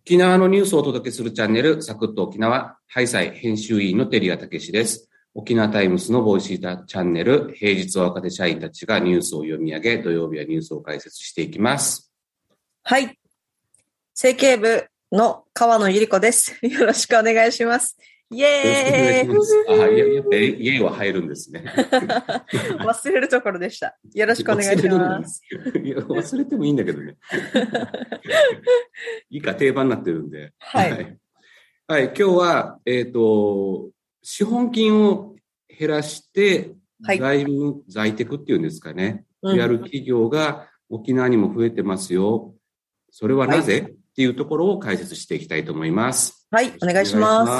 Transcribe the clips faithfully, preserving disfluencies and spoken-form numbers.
沖縄のニュースをお届けするチャンネル、サクッと沖縄、ハイサイ編集員の照屋武です。沖縄タイムスのボイシーチャンネル、平日は若手社員たちがニュースを読み上げ、土曜日はニュースを解説していきます。 はい。政経部の川野ゆり子です。よろしくお願いします。イエーイ。 よろしくお願いします。あ、いや、やっぱりイエーイは入るんですね。 忘れるところでした。よろしくお願いします。 いや、忘れてもいいんだけどね。いいか、定番になってるんで。 はい。 はい。はい、今日は、えっと、資本金を減らして、 はい、 財務、在テクっていうんですかね。 うん、 やる企業が沖縄にも増えてますよ。それはなぜ、はい、っていうところを解説していきたいと思います。 はい、お願いします。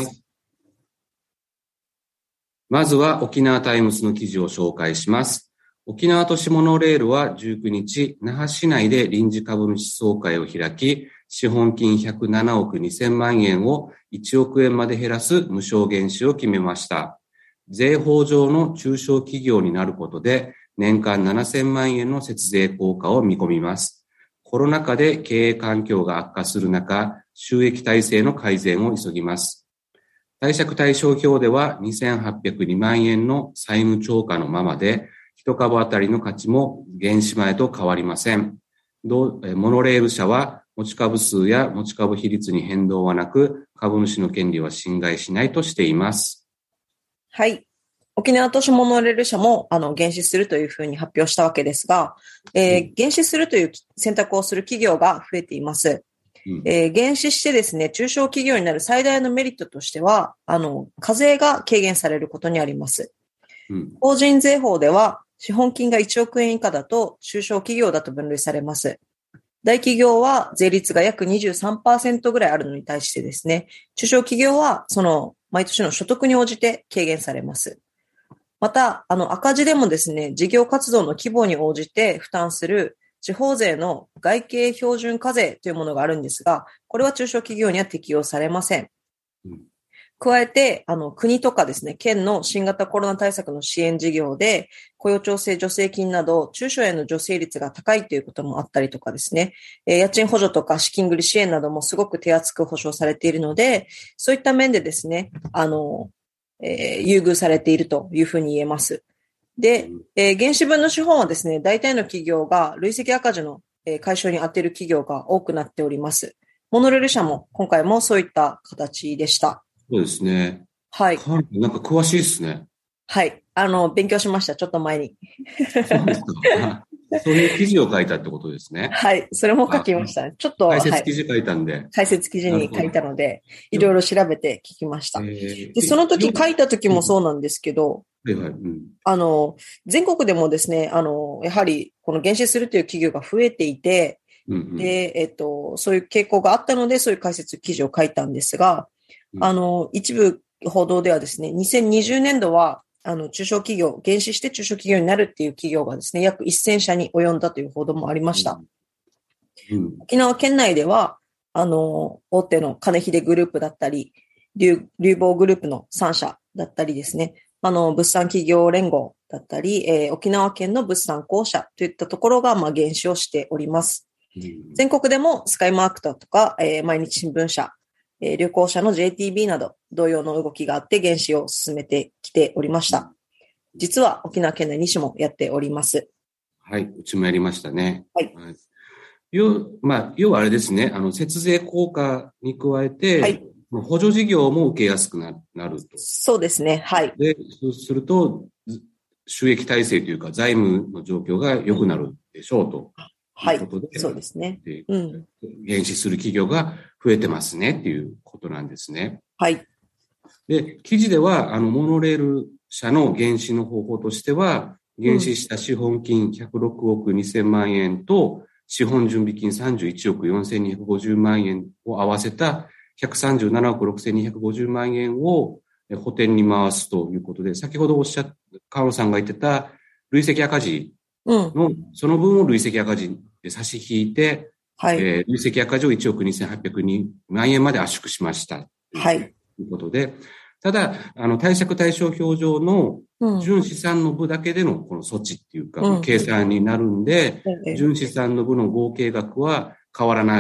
まずは沖縄タイムスの記事を紹介します。沖縄都市モノレールはじゅうくにち、那覇市内で臨時株主総会を開き、資本金ひゃくななおくにせんまんえんをいちおくえんまで減らす無償減資を決めました。税法上の中小企業になることで、年間ななせんまんえんの節税効果を見込みます。コロナ禍で経営環境が悪化する中、収益体制の改善を急ぎます。貸借対照表ではにせんはっぴゃくにまんえんの債務超過のままで、一株当たりの価値も減資前と変わりません。モノレール社は持ち株数や持ち株比率に変動はなく、株主の権利は侵害しないとしています。 はい。沖縄都市モノレール社もあの減資するというふうに発表したわけですが、えー、減資するという選択をする企業が増えています。うんえー、減資してですね、中小企業になる最大のメリットとしては、あの、課税が軽減されることにあります。うん、法人税法では、資本金がいちおくえん以下だと中小企業だと分類されます。大企業は税率が約 にじゅうさんパーセント ぐらいあるのに対してですね、中小企業はその毎年の所得に応じて軽減されます。また、あの赤字でもですね、事業活動の規模に応じて負担する地方税の外形標準課税というものがあるんですが、これは中小企業には適用されません。うん加えて、あの、国とかですね、県の新型コロナ対策の支援事業で、雇用調整助成金など、中小への助成率が高いということもあったりとかですね、えー、家賃補助とか資金繰り支援などもすごく手厚く保障されているので、そういった面でですね、あの、えー、優遇されているというふうに言えます。で、えー、減資分の資本はですね、大体の企業が累積赤字の解消に充ている企業が多くなっております。モノレール社も今回もそういった形でした。 そうですね。 はい。 なんか詳しいですね。 はい。あの、勉強しました。ちょっと前に。 そうですか。そういう記事を書いたってことですね。 はい。それも書きました。ちょっと。 解説記事書いたんで。 はい、解説記事に書いたので、いろいろ調べて聞きました。で、その時書いた時もそうなんですけど、 はいはいうん、 あの、全国でもですね、あの、やはり、この減資するという企業が増えていて、 うんうん、 で、えっと、そういう傾向があったので、そういう解説記事を書いたんですが、うん、あの、一部報道ではですね、にせんにじゅうねんどは、あの、中小企業、減資して中小企業になるっていう企業がですね、約せんしゃに及んだという報道もありました。 うんうん、 沖縄県内では、あの、大手の金秀グループだったり、流房グループのさんしゃだったりですね、あの、物産企業連合だったり、えー、沖縄県の物産公社といったところが、まあ、減資をしております。うん、全国でもスカイマークトとか、えー、毎日新聞社、えー、旅行者の ジェーティービー など同様の動きがあって減資を進めてきておりました。実は沖縄県内にしもやっております。 はい、うちもやりましたね。 はい。 はい要, まあ、要はあれですね、あの、節税効果に加えて、はい、補助事業も受けやすくなると。 そうですね、はい。 で、そうすると、収益体制というか財務の状況が良くなるでしょうと。 はい。 いうことで、 そうですね。うん。 減資する企業が増えてますねっていうことなんですね。 はい。 で、記事では、あの、モノレール社の減資の方法としては、減資した資本金ひゃくろくおくにせんまんえんと、資本準備金さんじゅういちおくよんせんにひゃくごじゅうまんえんを合わせたひゃくさんじゅうななおくろくせんにひゃくごじゅうまんえんを補填に回すということで、先ほどおっしゃった、川野さんが言ってた累積赤字の、うん、その分を累積赤字で差し引いて、 はいえー、累積赤字をいちおくにせんはっぴゃくまんえんまで圧縮しました。 はい。 ということで、ただ、あの、貸借対照表上の純資産の部だけでのこの措置っていうか、うん、計算になるんで、うん、純資産の部の合計額は変わらない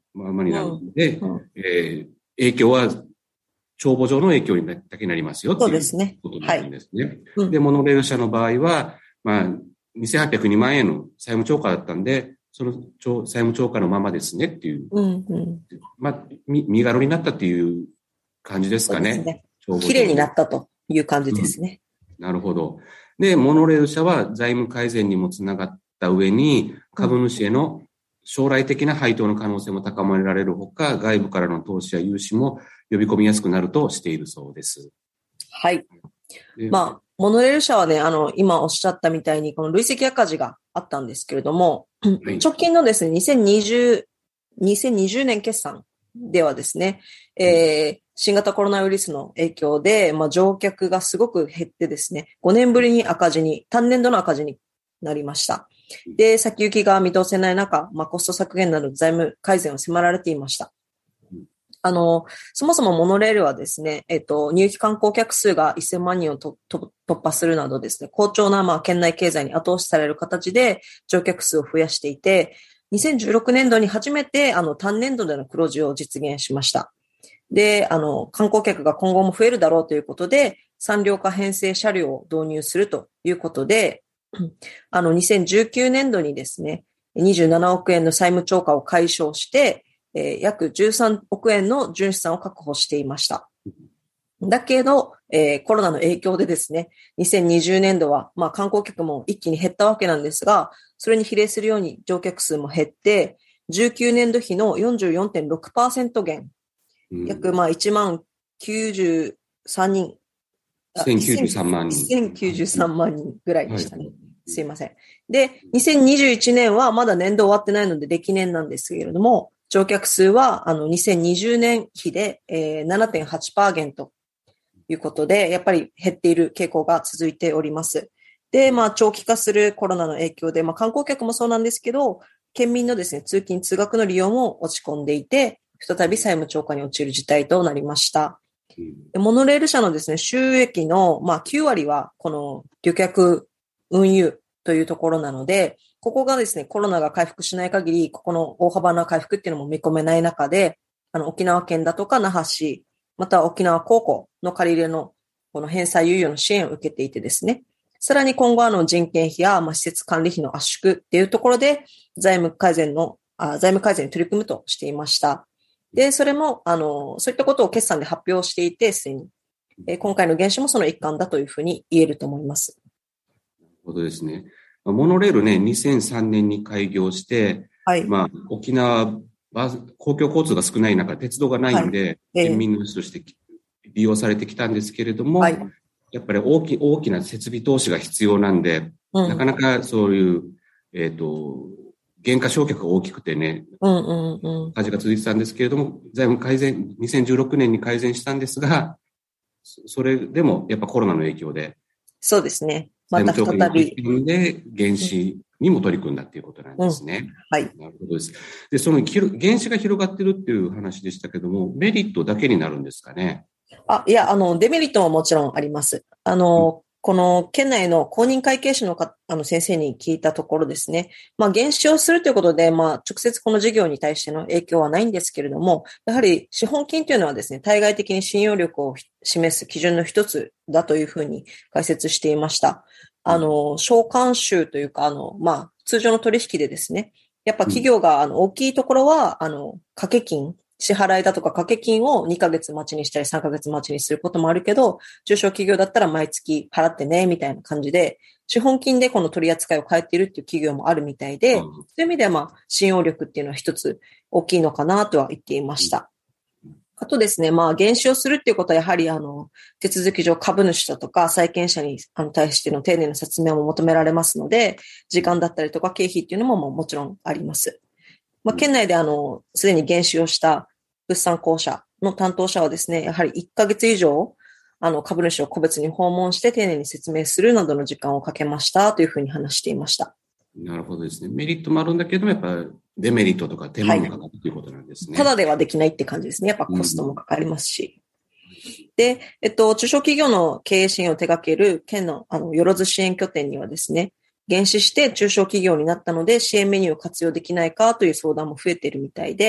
ままになるので、うんうん、えー、影響は帳簿上の影響にだけなりますよっていうことになるんですね。はいうん、で、モノレール社の場合は、まあ、にせんはっぴゃくにまんえんの債務超過だったんで、その債務超過のままですねっていう、うんうん、まあ、身軽になったっていう感じですかね。 綺麗になったという感じですね、 うん。なるほど。で、モノレール社は財務改善にもつながった上に、株主への将来的な配当の可能性も高められるほか、外部からの投資や融資も呼び込みやすくなるとしているそうです。 はい。まあ、モノレール社はね、あの、今おっしゃったみたいに、この累積赤字があったんですけれども、はい、直近のですね、にせんにじゅう、にせんにじゅうねん決算ではですね、えー、新型コロナウイルスの影響で、まあ、乗客がすごく減ってですね、ごねんぶりに赤字に、単年度の赤字になりました。で、先行きが見通せない中、まあ、コスト削減など財務改善を迫られていました。あの、そもそもモノレールはですね、えっと、入域観光客数がせんまんにんをとと突破するなどですね、好調な、まあ、県内経済に後押しされる形で乗客数を増やしていて、にせんじゅうろくねんどに初めて、あの、単年度での黒字を実現しました。で、あの、観光客が今後も増えるだろうということで、産業化編成車両を導入するということで、あの、にせんじゅうきゅうねんどにですね、にじゅうななおくえんの債務超過を解消して、えー、約じゅうさんおくえんの純資産を確保していました。だけど、えー、コロナの影響でですね、にせんにじゅうねんどは、まあ観光客も一気に減ったわけなんですが、それに比例するように乗客数も減って、じゅうきゅうねんど比の よんじゅうよんてんろくパーセント 減、うん、約まあいちまんきゅうじゅうさんにん、 せんきゅうじゅうさんまんにん。 せんきゅうじゅうさんまんにんぐらいでしたね。はい、すいません。で、にせんにじゅういちねんはまだ年度終わってないので歴年なんですけれども、乗客数は、あの、にせんにじゅうねん比で、えー、ななてんはちパーセント 減ということで、やっぱり減っている傾向が続いております。で、まあ、長期化するコロナの影響で、まあ、観光客もそうなんですけど、県民のですね、通勤通学の利用も落ち込んでいて、再び債務超過に陥る事態となりました。モノレール社のですね、収益の、まあ、きゅうわりは、この旅客運輸というところなので、ここがですね、コロナが回復しない限り、ここの大幅な回復っていうのも見込めない中で、あの、沖縄県だとか那覇市、または沖縄高校の借り入れのこの返済猶予の支援を受けていてですね、さらに今後あの人件費や、まあ、施設管理費の圧縮っていうところで財務改善の、あ財務改善に取り組むとしていました。で、それも、あの、そういったことを決算で発表していて、すでに、えー、今回の減資もその一環だというふうに言えると思います。 なるほどですね。モノレールね、にせんさんねんに開業して、はい、まあ、沖縄は公共交通が少ない中、鉄道がないんで、はいえー、県民の人として利用されてきたんですけれども、はい、やっぱり大き大きな設備投資が必要なんで、うん、なかなかそういう、えっと、減価償却が大きくてね、うんうんうん、赤字が続いてたんですけれども、財務改善、にせんじゅうろくねんに改善したんですが、それでもやっぱコロナの影響で、 そうですね。また再び。 で、減資にも取り組んだっていうことなんですね。うん、 はい。 なるほどです。で、その減資が広がってるっていう話でしたけども、メリットだけになるんですかね。 あ、いや、あの、デメリットももちろんあります。あの、うん、この県内の公認会計士のかあの先生に聞いたところですね。まあ、減資をするということで、まあ、直接この事業に対しての影響はないんですけれども、やはり資本金というのはですね、対外的に信用力を示す基準の一つだというふうに解説していました。あの、償還収というか、あの、まあ、通常の取引でですね、やっぱ企業があの大きいところは、あの、掛け金、支払いだとか掛け金をにかげつ待ちにしたりさんかげつ待ちにすることもあるけど、中小企業だったら毎月払ってね、みたいな感じで、資本金でこの取り扱いを変えているっていう企業もあるみたいで、そういう意味ではまあ、信用力っていうのは一つ大きいのかなとは言っていました。あとですね、まあ、減資をするっていうことはやはりあの、手続き上株主だとか債権者に対しての丁寧な説明も求められますので、時間だったりとか経費っていうのももちろんあります。まあ、県内であの、すでに減資をした物産公社の担当者はですね、やはりいっかげつ以上、あの、株主を個別に訪問して丁寧に説明するなどの時間をかけましたというふうに話していました。 なるほどですね。メリットもあるんだけども、やっぱデメリットとか手間もかかるということなんですね。 ただではできないって感じですね。やっぱコストもかかりますし。うん、で、えっと、中小企業の経営支援を手掛ける県の、あの、よろず支援拠点にはですね、減資して中小企業になったので支援メニューを活用できないかという相談も増えているみたいで、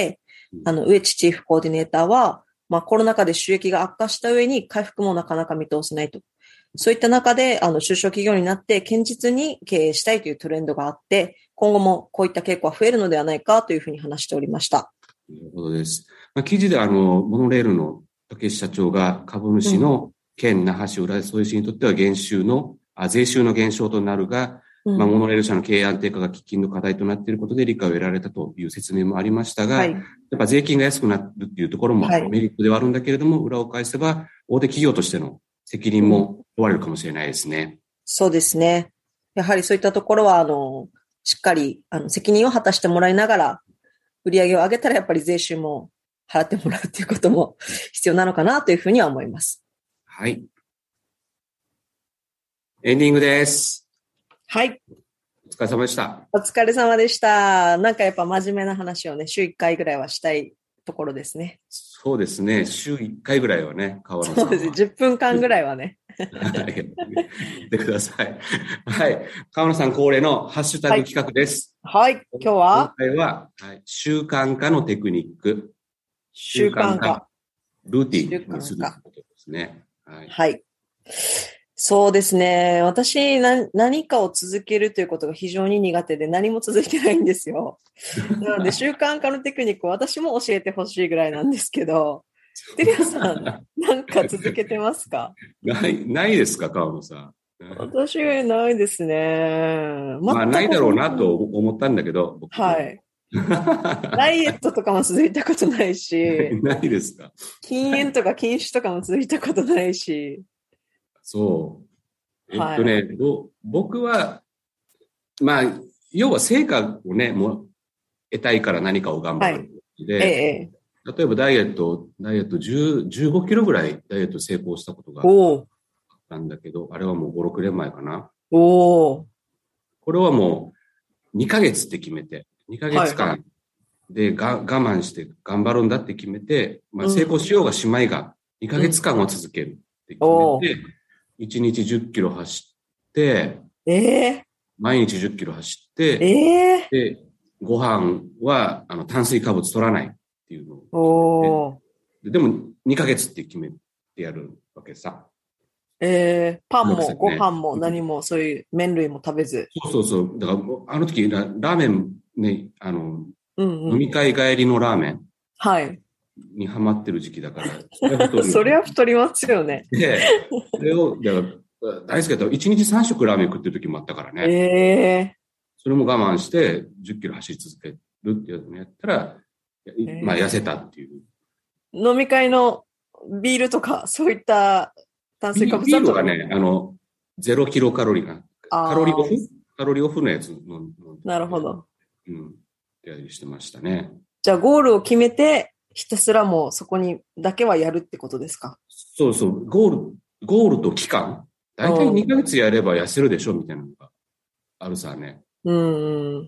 あの、植地チーフコーディネーターは、まあコロナ禍で収益が悪化した上に回復もなかなか見通せないと。そういった中で、あの、中小企業になって堅実に経営したいというトレンドがあって、今後もこういった傾向は増えるのではないかというふうに話しておりました。 なるほどです。まあ、記事であの、モノレールの竹内社長が株主の県那覇市浦添市にとっては減収の、あ税収の減少となるが、うん、まあ、モノレール社の経営安定化が喫緊の課題となっていることで理解を得られたという説明もありましたが、はい、やっぱ税金が安くなるっていうところもメリットではあるんだけれども、はい、裏を返せば大手企業としての責任も問われるかもしれないですね。うん、 そうですね。やはりそういったところは、あの、しっかり、あの、責任を果たしてもらいながら、売り上げを上げたらやっぱり税収も払ってもらうということも必要なのかなというふうには思います。 はい。エンディングです。 はい。 お疲れ様でした。 お疲れ様でした。なんかやっぱ真面目な話をね、週いっかいぐらいはしたいところですね。 そうですね。週いっかいぐらいはね、川野さんは。 そうですね。じゅっぷんかんぐらいはね。 はい。言ってください。はい。川野さん恒例のハッシュタグ企画です。 はい。はい、今日は今回は、はい、習慣化のテクニック。 習慣化。 ルーティンにするということですね。はい。 はい。そうですね。私な、何かを続けるということが非常に苦手で何も続いてないんですよ。なので習慣化のテクニックを私も教えてほしいぐらいなんですけど、テリアさん、なんか続けてますか？ ない、ないですか、川野さん。 私、ないですね。 まあ、ないだろうなと思ったんだけど、僕はい。ダイエットとかも続いたことないし。 ないですか。 禁煙とか禁酒とかも続いたことないし。 そう。えっとね、はい、僕は、まあ、要は成果をね、もう得たいから何かを頑張る。はい、で、ええ、例えばダイエット、ダイエットじゅう、じゅうごキロぐらいダイエット成功したことがあったんだけど、あれはもうご、ろくねんまえかな。 おこれはもうにかげつって決めて、にかげつかんでが、はい、我慢して頑張るんだって決めて、まあ、成功しようがしまいがにかげつかんは続けるって決めて、うん、いちにちじゅっキロ走って、 えー、 毎日じゅっキロ走って、 えー、 で、ご飯はあの炭水化物取らないっていうのを決めて、でもにかげつって決めてやるわけさ。 えー、パンもご飯も何もそういう麺類も食べず。 そうそうそう。だからあの時ラーメンね、あの、うんうん、飲み会帰りのラーメン。 はい。 にハマってる時期だから。 それは太りますよね。 で、それを、だから大好きだったらいちにちさん食ラーメン食ってる時もあったからね。 えー、 それも我慢してじゅっキロ走り続けるっていうのをやったら、えー、まあ痩せたっていう。 飲み会のビールとか、そういった炭水化物だとビールがね、あの、ゼロキロカロリーが、カロリーオフカロリーオフのやつ飲んで。 なるほど。 うん。やりしてましたね。 じゃあゴールを決めて、ひたすらもうそこにだけはやるってことですか？ そうそう。ゴール、ゴールと期間。だいたいにかげつやれば痩せるでしょみたいなのがあるさね。 うん。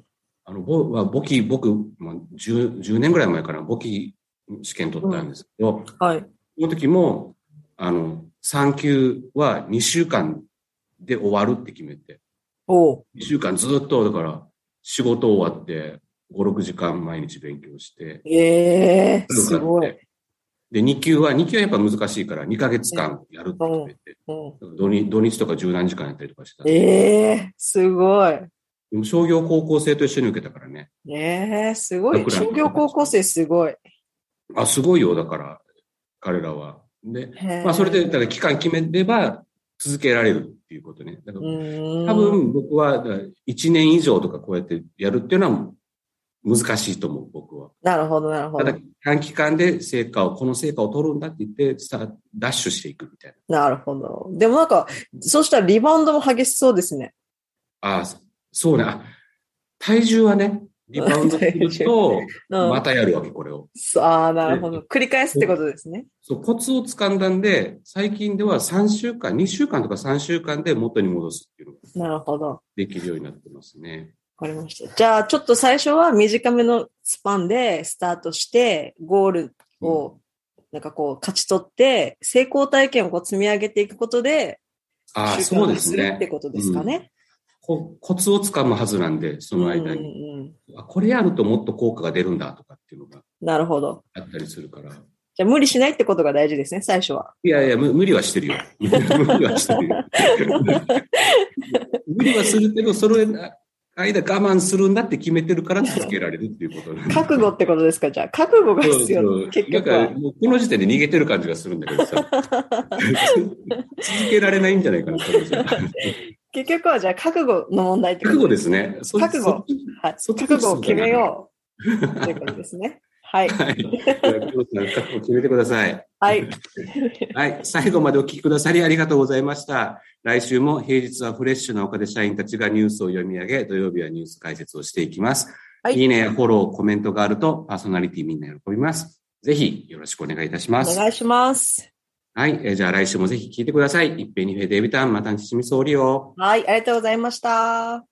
あの、ぼ、簿記、僕、まあ、10、じゅうねんぐらい前から簿記試験取ったんですけど、うん、 はい。 その時も、あの、さん級はにしゅうかんで終わるって決めて。 おう。 にしゅうかんずっと、だから、仕事終わって、ご、ろくじかん毎日勉強して。 ええー、すごい。 で、に級は、に級はやっぱ難しいからにかげつかんやるって決めて。うんうん、土日、土日とか十何時間やったりとかしてた。 ええー、すごい。 でも商業高校生と一緒に受けたからね。 ええー、すごい。商業高校生すごい。 あ、すごいよ、だから、彼らは。で、まあ、それで、だから期間決めれば続けられるっていうことね。だから多分僕はいちねん以上とかこうやってやるっていうのは難しいと思う、僕は。 なるほど、なるほど。 ただ短期間で成果を、この成果を取るんだって言って、さ、ダッシュしていくみたいな。なるほど。でもなんか、そうしたらリバウンドも激しそうですね。 ああ、そうね。あ、体重はね、リバウンドすると、またやるわけ、これを。 ああ、なるほど。繰り返すってことですね。 そう、コツを掴んだんで、最近ではさんしゅうかん、にしゅうかんとかさんしゅうかんで元に戻すっていうのが。 なるほど。 できるようになってますね。 わかりました。じゃあ、ちょっと最初は短めのスパンでスタートして、ゴールを、なんかこう、勝ち取って、成功体験をこう積み上げていくことで、 ああ、そうですね。 ってことですかね。 こコツをつかむはずなんで、その間に。うんうん、あこれやるともっと効果が出るんだとかっていうのが。 なるほど。 あったりするから。 じゃあ無理しないってことが大事ですね、最初は。 いやいや、無理はしてるよ。無理はしてるよ。無理はするけど、その間我慢するんだって決めてるから続けられるっていうことなんで。 覚悟ってことですか、じゃあ。覚悟が必要。そうそう結局は。 なんか、もうこの時点で逃げてる感じがするんだけどさ。続けられないんじゃないかな、それじゃ。 結局はじゃあ覚悟の問題ってことですね。 覚悟ですね。覚悟。はい。覚悟を決めよう。ということですね。はい。はい。 覚悟を決めてください。 はい。 はい。最後までお聞きくださりありがとうございました。来週も平日はフレッシュな岡出社員たちがニュースを読み上げ、土曜日はニュース解説をしていきます。はい。いいねやフォロー、コメントがあるとパーソナリティみんな喜びます。ぜひよろしくお願いいたします。 お願いします。 はい。えー、じゃあ来週もぜひ聞いてください。一平二平デイビタン、またんちちみそうりよ。 はい。ありがとうございました。